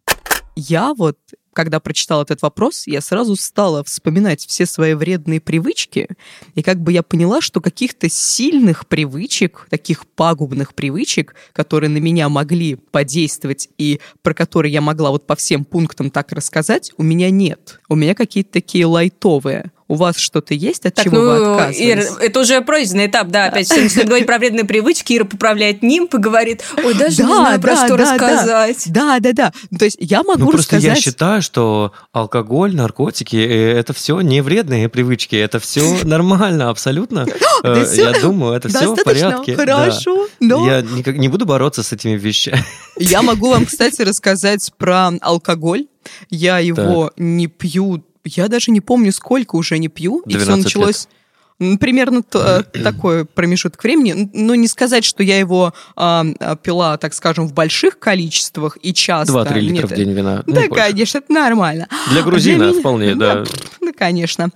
Я когда прочитала этот вопрос, я сразу стала вспоминать все свои вредные привычки, и я поняла, что каких-то сильных привычек, таких пагубных привычек, которые на меня могли подействовать и про которые я могла по всем пунктам так рассказать, у меня нет. У меня какие-то такие лайтовые. У вас что-то есть, от чего вы отказываетесь? Ира, это уже пройденный этап, да, опять же, если говорить про вредные привычки, Ира поправляет нимб и говорит: ой, даже не знаю, про что рассказать. Да. То есть я могу просто рассказать... я считаю, что алкоголь, наркотики – это все не вредные привычки, это все нормально, абсолютно. Я думаю, это все в порядке. Хорошо. Я не буду бороться с этими вещами. Я могу вам, кстати, рассказать про алкоголь. Я его не пью. Я даже не помню, сколько уже не пью. И все началось... Примерно такой промежуток времени. Но не сказать, что я его пила, так скажем, в больших количествах и часто. 2-3 литра в день вина. Да, конечно, это нормально. Для грузина вполне, да. Да, конечно.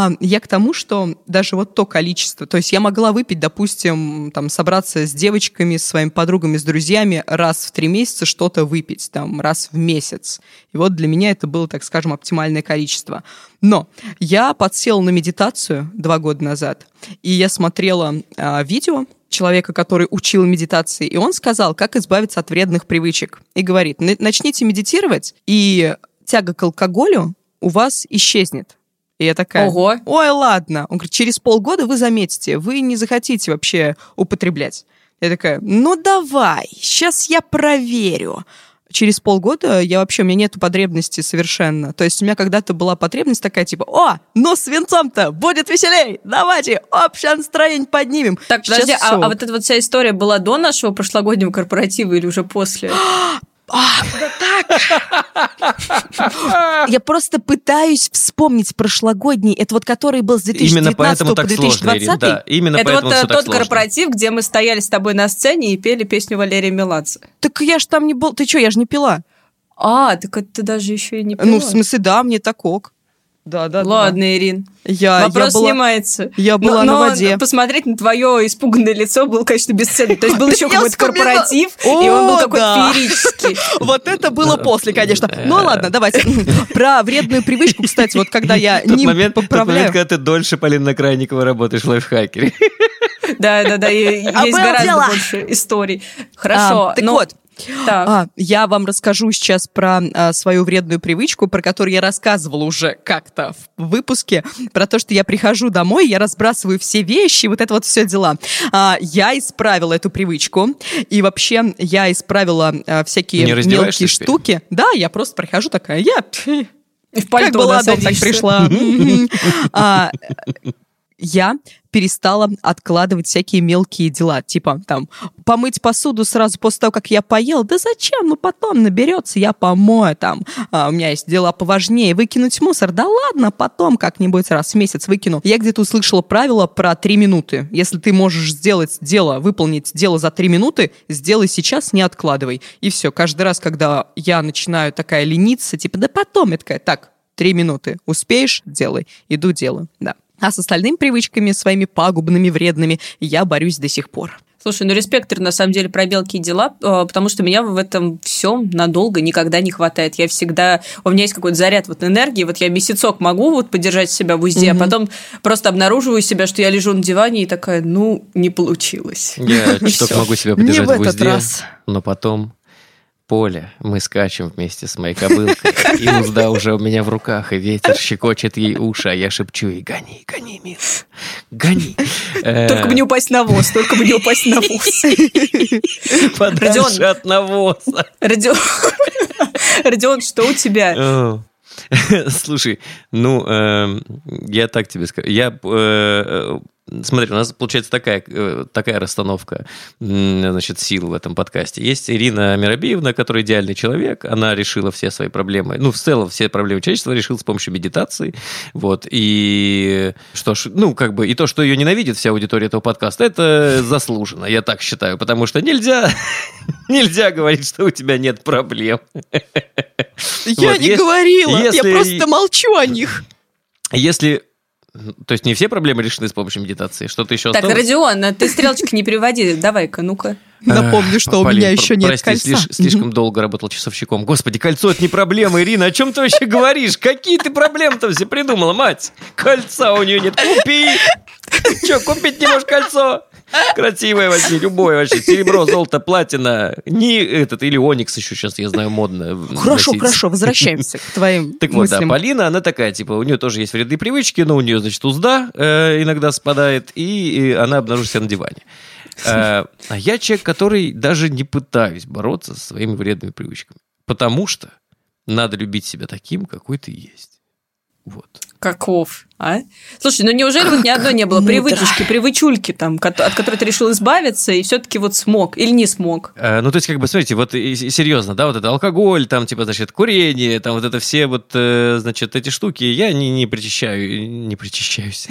Я к тому, что даже то количество... То есть я могла выпить, допустим, собраться с девочками, с своими подругами, с друзьями раз в 3 месяца что-то выпить, раз в месяц. И для меня это было, так скажем, оптимальное количество. Но я подсела на медитацию 2 года назад, и я смотрела видео человека, который учил медитации, и он сказал, как избавиться от вредных привычек. И говорит: начните медитировать, и тяга к алкоголю у вас исчезнет. И я такая: ого. Ой, ладно. Он говорит: через полгода вы заметите, вы не захотите вообще употреблять. Я такая: давай, сейчас я проверю. Через полгода у меня нету потребности совершенно. То есть у меня когда-то была потребность такая, с винцом-то будет веселей, давайте, общее настроение поднимем. Так, подожди, а вот эта вся история была до нашего прошлогоднего корпоратива или уже после? Я просто пытаюсь вспомнить прошлогодний, это который был с 2019 по 2020. Да, именно это поэтому тот корпоратив, где мы стояли с тобой на сцене и пели песню Валерия Меладзе. Так я ж там не был. Ты что, я же не пила. Так это ты даже еще и не пила. В смысле, да, мне так ок. Да. Ладно, Ирин. Вопрос снимается. Я была на воде. Но посмотреть на твое испуганное лицо было, конечно, бесценно. То есть был еще какой-то корпоратив, и он был какой-то феерический. Вот это было после, конечно. Ладно, давайте. Про вредную привычку, кстати, когда я не поправляю. Тот момент, когда ты дольше, Полина Крайникова, работаешь в лайфхакере. Да, есть гораздо больше историй. Хорошо. Так Так. Я вам расскажу сейчас про свою вредную привычку, про которую я рассказывала уже как-то в выпуске, про то, что я прихожу домой, я разбрасываю все вещи, вот это вот все дела. Я исправила эту привычку, и вообще я исправила всякие мелкие штуки. Да, я просто прихожу такая, в пальто, как была, так пришла. Я перестала откладывать всякие мелкие дела, типа там помыть посуду сразу после того, как я поела. Да зачем? Ну потом наберется, я помою там. У меня есть дела поважнее. Выкинуть мусор? Да ладно, потом как-нибудь раз в месяц выкину. Я где-то услышала правило про 3 минуты. Если ты можешь сделать дело, выполнить дело за 3 минуты, сделай сейчас, не откладывай. И все. Каждый раз, когда я начинаю такая лениться, типа, да потом, я такая, так, 3 минуты. Успеешь? Делай. Иду делаю. Да. А с остальными привычками, своими пагубными, вредными, я борюсь до сих пор. Слушай, респект, на самом деле, про мелкие дела, потому что меня в этом всем надолго никогда не хватает. Я всегда... У меня есть какой-то заряд энергии, я месяцок могу подержать себя в узде, а потом просто обнаруживаю себя, что я лежу на диване и такая, не получилось. Я чуток могу себя подержать в узде, но потом... Поле, мы скачем вместе с моей кобылкой, и узда уже у меня в руках, и ветер щекочет ей уши, а я шепчу ей: гони, гони, милый, гони. Только бы не упасть на навоз, только бы не упасть на навоз. Подальше от навоза. Родион, что у тебя? Слушай, я так тебе скажу. Смотри, у нас получается такая расстановка, сил в этом подкасте. Есть Ирина Миробиевна, которая идеальный человек, она решила все свои проблемы, в целом все проблемы человечества решила с помощью медитации, и и то, что ее ненавидит вся аудитория этого подкаста, это заслуженно, я так считаю, потому что нельзя говорить, что у тебя нет проблем. Я не говорила, я просто молчу о них. То есть не все проблемы решены с помощью медитации? Что-то еще осталось? Так, Родион, ты стрелочки не переводи. Давай-ка, ну-ка. Напомню, что у меня еще нет кольца. Слишком долго работал часовщиком. Господи, кольцо — это не проблема, Ирина. О чем ты вообще говоришь? Какие ты проблемы-то все придумала, мать? Кольца у нее нет. Купи! Че, купить не можешь кольцо? Красивое вообще, любое вообще. Серебро, золото, платина. Или оникс еще сейчас, я знаю, модно. Хорошо, возвращаемся к твоим так мыслям. Вот, да, Полина, она такая, у нее тоже есть вредные привычки, но у нее, узда иногда спадает, и она обнаружит себя на диване. А я человек, который даже не пытаюсь бороться со своими вредными привычками. Потому что надо любить себя таким, какой ты есть. Вот. Каков, а? Слушай, неужели ни одной не было привычульки, от которой ты решил избавиться, и все-таки смог или не смог? То есть, смотрите, серьезно, да, это алкоголь, курение, это все эти штуки, я не причащаюсь.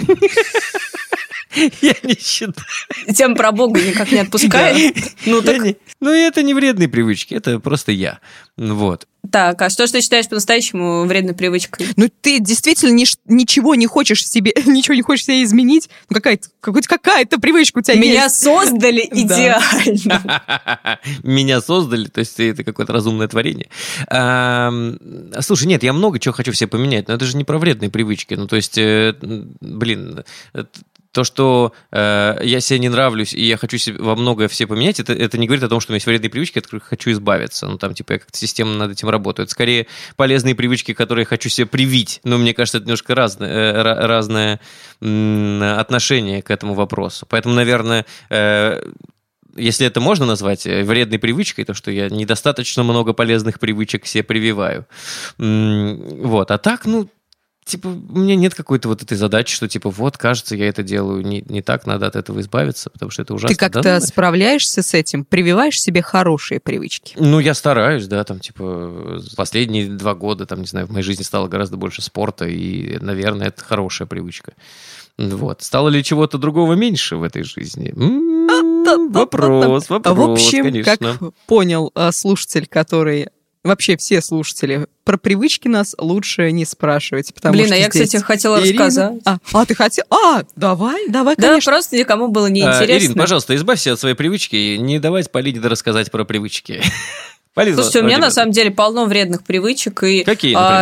Я не считаю. Тема про Бога никак не отпускает. Это не вредные привычки, это просто я. Вот. Так, а что же ты считаешь по-настоящему вредной привычкой? Ты действительно ничего не хочешь в себе изменить? Какая-то привычка у тебя есть. Меня создали идеально. Меня создали, то есть это какое-то разумное творение. Слушай, нет, я много чего хочу себе поменять, но это же не про вредные привычки. То, что я себе не нравлюсь, и я хочу себе во многое все поменять, это не говорит о том, что у меня есть вредные привычки, от которых хочу избавиться. Я как-то системно над этим работаю. Это скорее полезные привычки, которые я хочу себе привить. Но мне кажется, это немножко разное отношение к этому вопросу. Поэтому, наверное, если это можно назвать вредной привычкой, то, что я недостаточно много полезных привычек себе прививаю. Вот. А так, у меня нет какой-то этой задачи, что, кажется, я это делаю не так, надо от этого избавиться, потому что это ужасно. Ты как-то справляешься с этим? Прививаешь себе хорошие привычки? Я стараюсь, да, последние 2 года, в моей жизни стало гораздо больше спорта, и, наверное, это хорошая привычка. Вот. Стало ли чего-то другого меньше в этой жизни? Вопрос, В общем, конечно. как понял слушатель, который... Вообще все слушатели, про привычки нас лучше не спрашивать, потому что я, кстати, хотела рассказать. Ты хотела? Давай, конечно. Да, просто никому было неинтересно. Ирина, пожалуйста, избавься от своей привычки и не давать Полине рассказать про привычки. Слушайте, у меня на самом деле полно вредных привычек. Какие, например?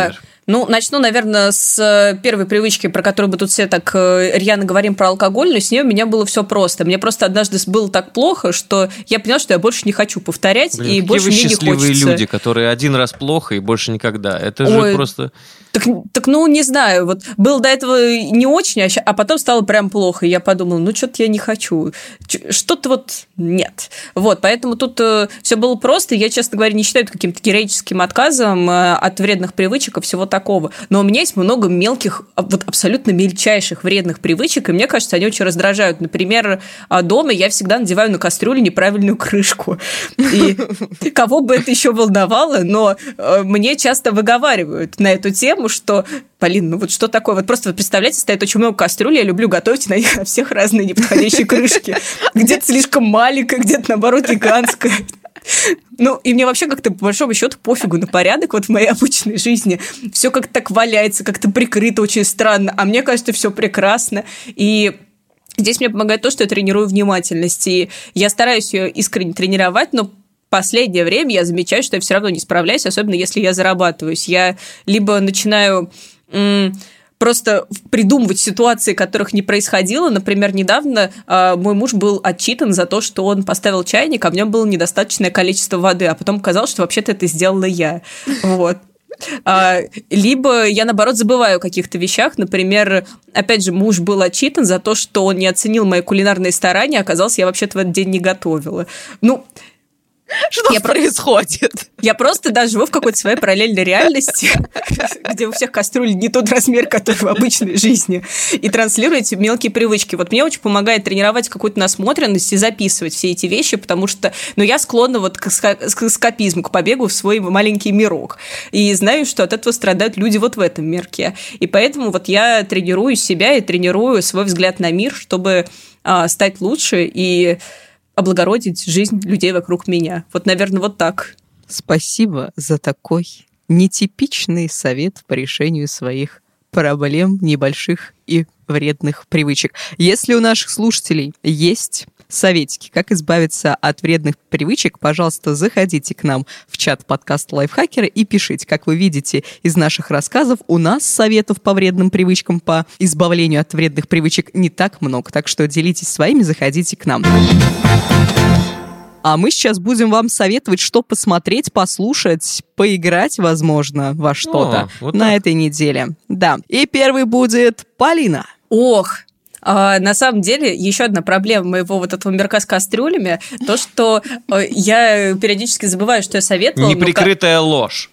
Ну, начну, наверное, с первой привычки, про которую мы тут все так рьяно говорим, про алкоголь, но с ней у меня было все просто. Мне просто однажды было так плохо, что я поняла, что я больше не хочу повторять, и больше мне не хочется. Счастливые люди, которые один раз плохо и больше никогда. Это же просто... Так, ну, не знаю, вот было до этого не очень, а потом стало прям плохо, и я подумала, ну, что-то я не хочу, что-то вот нет. Вот, поэтому тут все было просто, я, честно говоря, не считаю это каким-то героическим отказом от вредных привычек и всего такого, но у меня есть много мелких, вот абсолютно мельчайших вредных привычек, и мне кажется, они очень раздражают. Например, дома я всегда надеваю на кастрюлю неправильную крышку, и кого бы это еще волновало, но мне часто выговаривают на эту тему, что, Полин, ну вот что такое? Вот просто вы представляете, стоит очень много кастрюль, я люблю готовить, на них на всех разные неподходящие крышки. Где-то слишком маленькая, где-то, наоборот, гигантская. Ну, и мне вообще как-то, по большому счету, пофигу на порядок вот в моей обычной жизни. Все как-то так валяется, как-то прикрыто очень странно, а мне кажется, все прекрасно. И здесь мне помогает то, что я тренирую внимательность, и я стараюсь ее искренне тренировать, но последнее время я замечаю, что я все равно не справляюсь, особенно если я зарабатываюсь. Я либо начинаю просто придумывать ситуации, которых не происходило. Например, недавно мой муж был отчитан за то, что он поставил чайник, а в нем было недостаточное количество воды, а потом оказалось, что вообще-то это сделала я. Вот. Либо я, наоборот, забываю о каких-то вещах. Например, опять же, муж был отчитан за то, что он не оценил мои кулинарные старания, оказалось, я вообще-то в этот день не готовила. Ну, что происходит? Я просто, да, живу в какой-то своей параллельной реальности, где у всех кастрюль не тот размер, который в обычной жизни, и транслирую эти мелкие привычки. Вот мне очень помогает тренировать какую-то насмотренность и записывать все эти вещи, потому что, ну, я склонна вот к эскапизму, к побегу в свой маленький мирок. И знаю, что от этого страдают люди вот в этом мирке. И поэтому вот я тренирую себя и тренирую свой взгляд на мир, чтобы стать лучше и облагородить жизнь людей вокруг меня. Вот, наверное, вот так. Спасибо за такой нетипичный совет по решению своих проблем, небольших и вредных привычек. Если у наших слушателей есть советики, как избавиться от вредных привычек, пожалуйста, заходите к нам в чат подкаста Лайфхакера и пишите. Как вы видите из наших рассказов, у нас советов по вредным привычкам, по избавлению от вредных привычек не так много, так что делитесь своими, заходите к нам. А мы сейчас будем вам советовать, что посмотреть, послушать, поиграть, возможно, во что-то вот на этой неделе. Да. И первый будет Полина. Ох, на самом деле, еще одна проблема моего вот этого мирка с кастрюлями, то, что я периодически забываю, что я советовала. Неприкрытая ложь.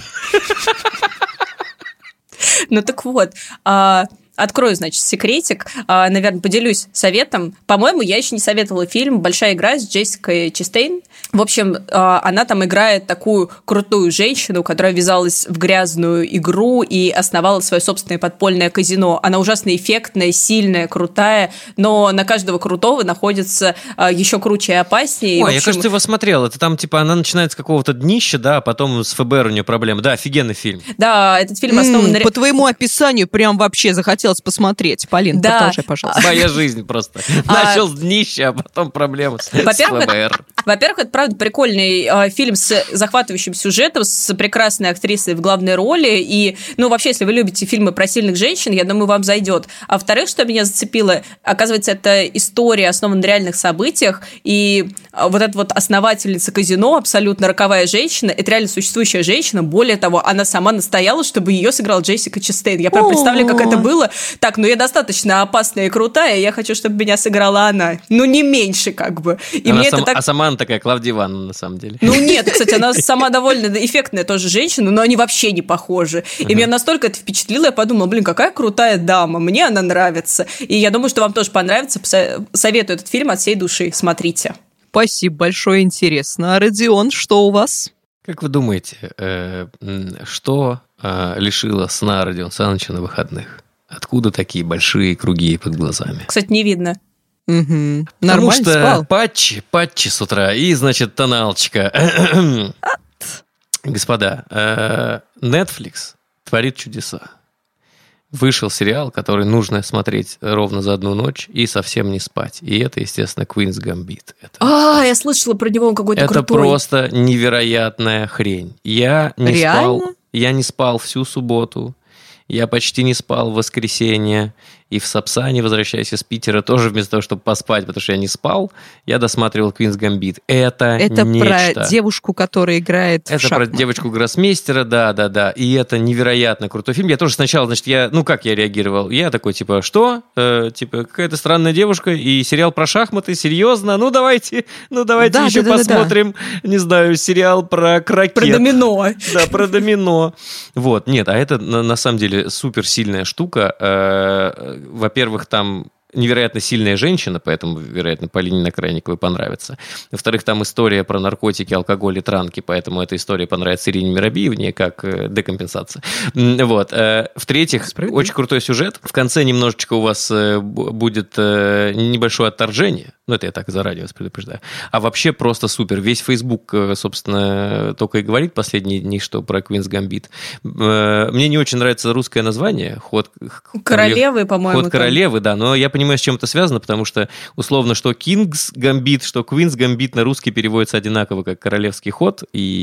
Ну так вот, открою, значит, секретик, наверное, поделюсь советом. По-моему, я еще не советовала фильм «Большая игра» с Джессикой Честейн. В общем, она там играет такую крутую женщину, которая ввязалась в грязную игру и основала свое собственное подпольное казино. Она ужасно эффектная, сильная, крутая, но на каждого крутого находится еще круче и опаснее. Ой, я, кажется, его смотрел. Это там, типа, она начинает с какого-то днища, да, а потом с ФБР у нее проблемы. Да, офигенный фильм. Да, этот фильм основан на... По твоему описанию прям вообще захотелось посмотреть. Полин, да. Продолжай, пожалуйста. Моя жизнь просто. Начал с днища, а потом проблемы с ФБР. Во-первых, это, правда, прикольный фильм с захватывающим сюжетом, с прекрасной актрисой в главной роли. И, ну, вообще, если вы любите фильмы про сильных женщин, я думаю, вам зайдет. А во-вторых, что меня зацепило, оказывается, это история, основана на реальных событиях. И вот эта вот основательница казино, абсолютно роковая женщина, это реально существующая женщина. Более того, она сама настояла, чтобы ее сыграла Джессика Честейн. Я прям представляю, как это было. Так, ну я достаточно опасная и крутая, я хочу, чтобы меня сыграла она. Ну, не меньше, как бы. И она а сама она такая Клавдия Ивановна, на самом деле. Ну, нет, кстати, она сама довольно эффектная тоже женщина, но они вообще не похожи. И меня настолько это впечатлило, я подумала, блин, какая крутая дама, мне она нравится. И я думаю, что вам тоже понравится. Советую этот фильм от всей души. Смотрите. Спасибо большое, интересно. А Родион, что у вас? Как вы думаете, что лишило сна Родиона Саныча на выходных? Откуда такие большие круги под глазами? Кстати, не видно. Угу. Потому что спал. Патчи с утра и, значит, тоналочка. Господа, Netflix творит чудеса. Вышел сериал, который нужно смотреть ровно за одну ночь и совсем не спать. И это, естественно, Queen's Gambit. Я слышала про него, он какой-то крутой. Это просто невероятная хрень. Я не Реально? спал Я не спал всю субботу. Я почти не спал в воскресенье. И в Сапсане, возвращаясь из Питера, тоже вместо того, чтобы поспать, потому что я не спал, я досматривал «Квинс Гамбит». Это нечто. Про девушку, которая играет в Это шахматы. про девочку-гроссмейстера, да. И это невероятно крутой фильм. Я тоже сначала, значит, я реагировал? Я такой, типа, что? Какая-то странная девушка и сериал про шахматы? Серьезно? Ну, давайте еще посмотрим, не знаю, сериал про крокет. Про домино. Да, про домино. Вот, нет, а это на самом деле суперсильная штука. Во-первых, там невероятно сильная женщина, поэтому, вероятно, Полине Накрайниковой понравится. Во-вторых, там история про наркотики, алкоголь и транки, поэтому эта история понравится Ирине Миробиевне как декомпенсация. Вот. В-третьих, очень крутой сюжет. В конце немножечко у вас будет небольшое отторжение. Ну, это я так заранее вас предупреждаю. А вообще просто супер. Весь Facebook, собственно, только и говорит последние дни, что про Queen's Gambit. Мне не очень нравится русское название. Ход королевы, по-моему. Ход королевы, да. Но я понимаю, с чем это связано, потому что, условно, что King's Gambit, что Queen's Gambit на русский переводится одинаково, как королевский ход.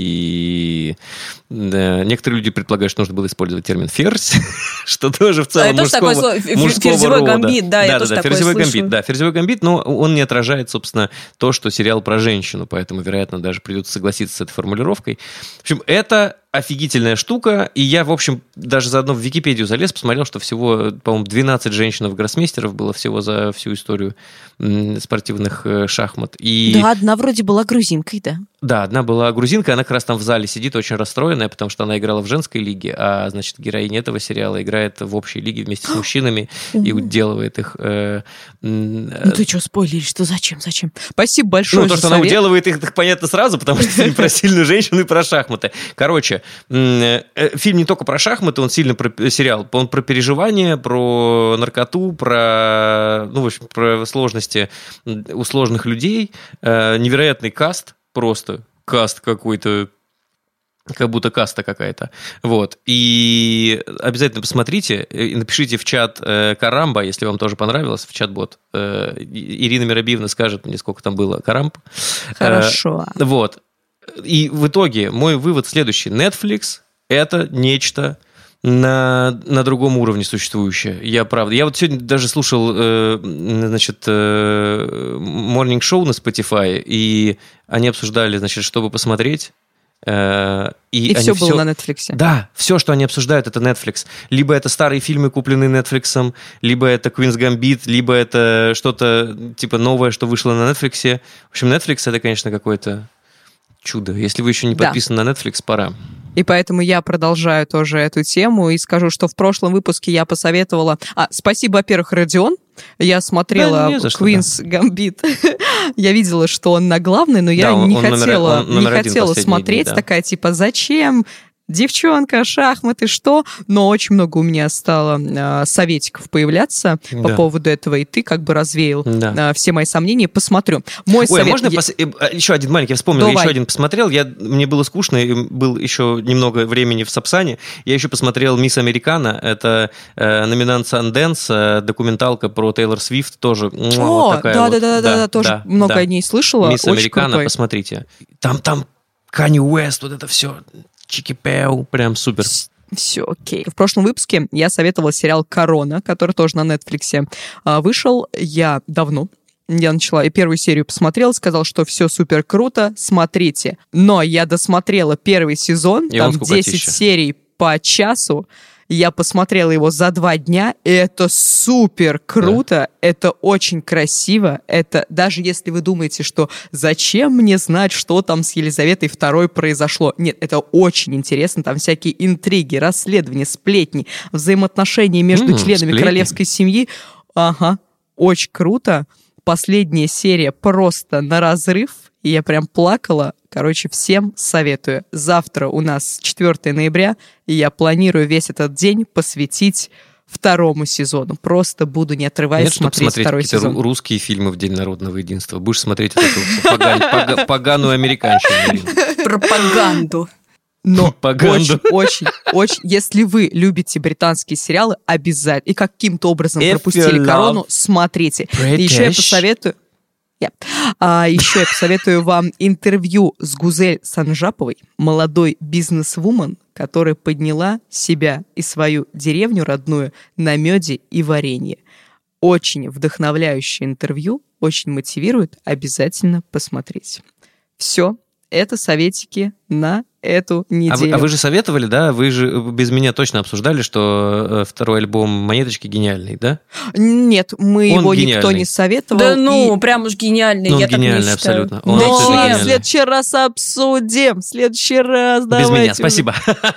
И некоторые люди предполагают, что нужно было использовать термин «ферзь», что тоже в целом мужского рода. Ферзевой гамбит, да, я тоже такое слышу. Да, ферзевой гамбит, но он не отражает, собственно, то, что сериал про женщину, поэтому, вероятно, даже придется согласиться с этой формулировкой. В общем, это офигительная штука, и я, в общем, даже заодно в Википедию залез, посмотрел, что всего, по-моему, 12 женщин-гроссмейстеров было всего за всю историю спортивных шахмат. И... Да, одна вроде была грузинкой, да. Да, одна была грузинка, она как раз там в зале сидит, очень расстроенная, потому что она играла в женской лиге, а, значит, героиня этого сериала играет в общей лиге вместе с мужчинами и уделывает их. Ну ты что, спойлеришь, что зачем? Спасибо большое за что совет. она уделывает их, так понятно сразу, потому что это не про сильную женщину и про шахматы. Короче, фильм не только про шахматы, он сильно про сериал, он про переживания, про наркоту, про, в общем, про сложности у сложных людей, невероятный каст, просто каст какой-то, как будто каста какая-то. Вот. И обязательно посмотрите и напишите в чат Карамба, если вам тоже понравилось, в чат-бот. Ирина Миробиевна скажет мне, сколько там было Карамб. Хорошо. Вот. И в итоге мой вывод следующий. Netflix – это нечто на другом уровне существующее. Я правда. Я вот сегодня даже слушал, значит, Morning Show на Spotify, и они обсуждали, значит, чтобы посмотреть. И все было на Netflix. Да, все, что они обсуждают, это Netflix. Либо это старые фильмы, купленные Netflix, либо это Queen's Gambit, либо это что-то типа новое, что вышло на Netflix. В общем, Netflix – это, конечно, какое-то чудо. Если вы еще не подписаны на Netflix, пора. И поэтому я продолжаю тоже эту тему и скажу, что в прошлом выпуске я посоветовала... спасибо, во-первых, Родион. Я смотрела Queen's Gambit. Я видела, что он на главной, но я не хотела смотреть. Такая, типа, зачем? Девчонка, шахматы, что? Но очень много у меня стало советиков появляться по поводу этого, и ты как бы развеял все мои сомнения. Посмотрю. Мой совет... можно еще один маленький? Я вспомнил, я еще один посмотрел. Мне было скучно, и был еще немного времени в Сапсане. Я еще посмотрел «Мисс Американа». Это номинант Sundance, документалка про Тейлор Свифт. Тоже да, тоже много о ней слышала. «Мисс Американа», посмотрите. Там Канье Уэст, вот это все... Чики-пэу, прям супер. Все, окей. В прошлом выпуске я советовала сериал «Корона», который тоже на Netflix вышел. Я начала и первую серию посмотрела, сказала, что все супер круто, смотрите. Но я досмотрела первый сезон, и там 10 серий по часу. Я посмотрела его за 2 дня, и это супер круто, это очень красиво. Это даже если вы думаете, что зачем мне знать, что там с Елизаветой II произошло. Нет, это очень интересно, там всякие интриги, расследования, сплетни, взаимоотношения между членами королевской семьи. Ага, очень круто. Последняя серия просто на разрыв, и я прям плакала. Короче, всем советую. Завтра у нас 4 ноября, и я планирую весь этот день посвятить 2 сезону. Просто буду, не отрываясь, смотреть 2 сезон. Русские фильмы в День народного единства. Будешь смотреть эту поганую американщину. Пропаганду. Но очень, если вы любите британские сериалы, обязательно, и каким-то образом пропустили «Корону», смотрите. И еще я посоветую... А еще я посоветую вам интервью с Гузель Санжаповой, молодой бизнес-вумен, которая подняла себя и свою деревню родную на меде и варенье. Очень вдохновляющее интервью, очень мотивирует, обязательно посмотреть. Все, это советики на эту неделю. А вы же советовали, да? Вы же без меня точно обсуждали, что второй альбом «Монеточки» гениальный, да? Нет, Он его гениальный. никто не советовал. Да ну, прям уж гениальный, Ну, он я так не гениальный считаю. абсолютно. Он Но абсолютно в гениальный. следующий раз обсудим. В следующий раз давайте. Без меня, спасибо.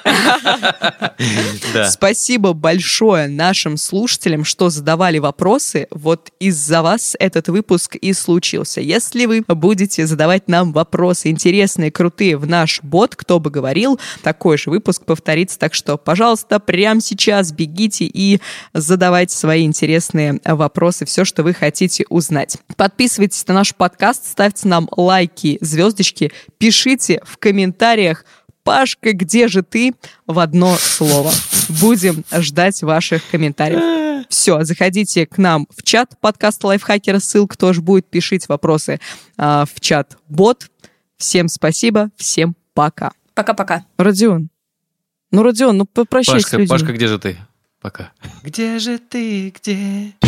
Да. Спасибо большое нашим слушателям, что задавали вопросы. Вот из-за вас этот выпуск и случился. Если вы будете задавать нам вопросы интересные, крутые в наш бот «Кто бы говорил», такой же выпуск повторится. Так что, пожалуйста, прямо сейчас бегите и задавайте свои интересные вопросы, все, что вы хотите узнать. Подписывайтесь на наш подкаст, ставьте нам лайки, звездочки, пишите в комментариях: «Пашка, где же ты?» в одно слово. Будем ждать ваших комментариев. Все, заходите к нам в чат подкаста Лайфхакера, ссылка тоже будет, пишите вопросы в чат-бот. Всем спасибо, всем пока. Пока-пока. Родион, попрощайся с людьми. Пашка, где же ты? Пока. Где же ты, где?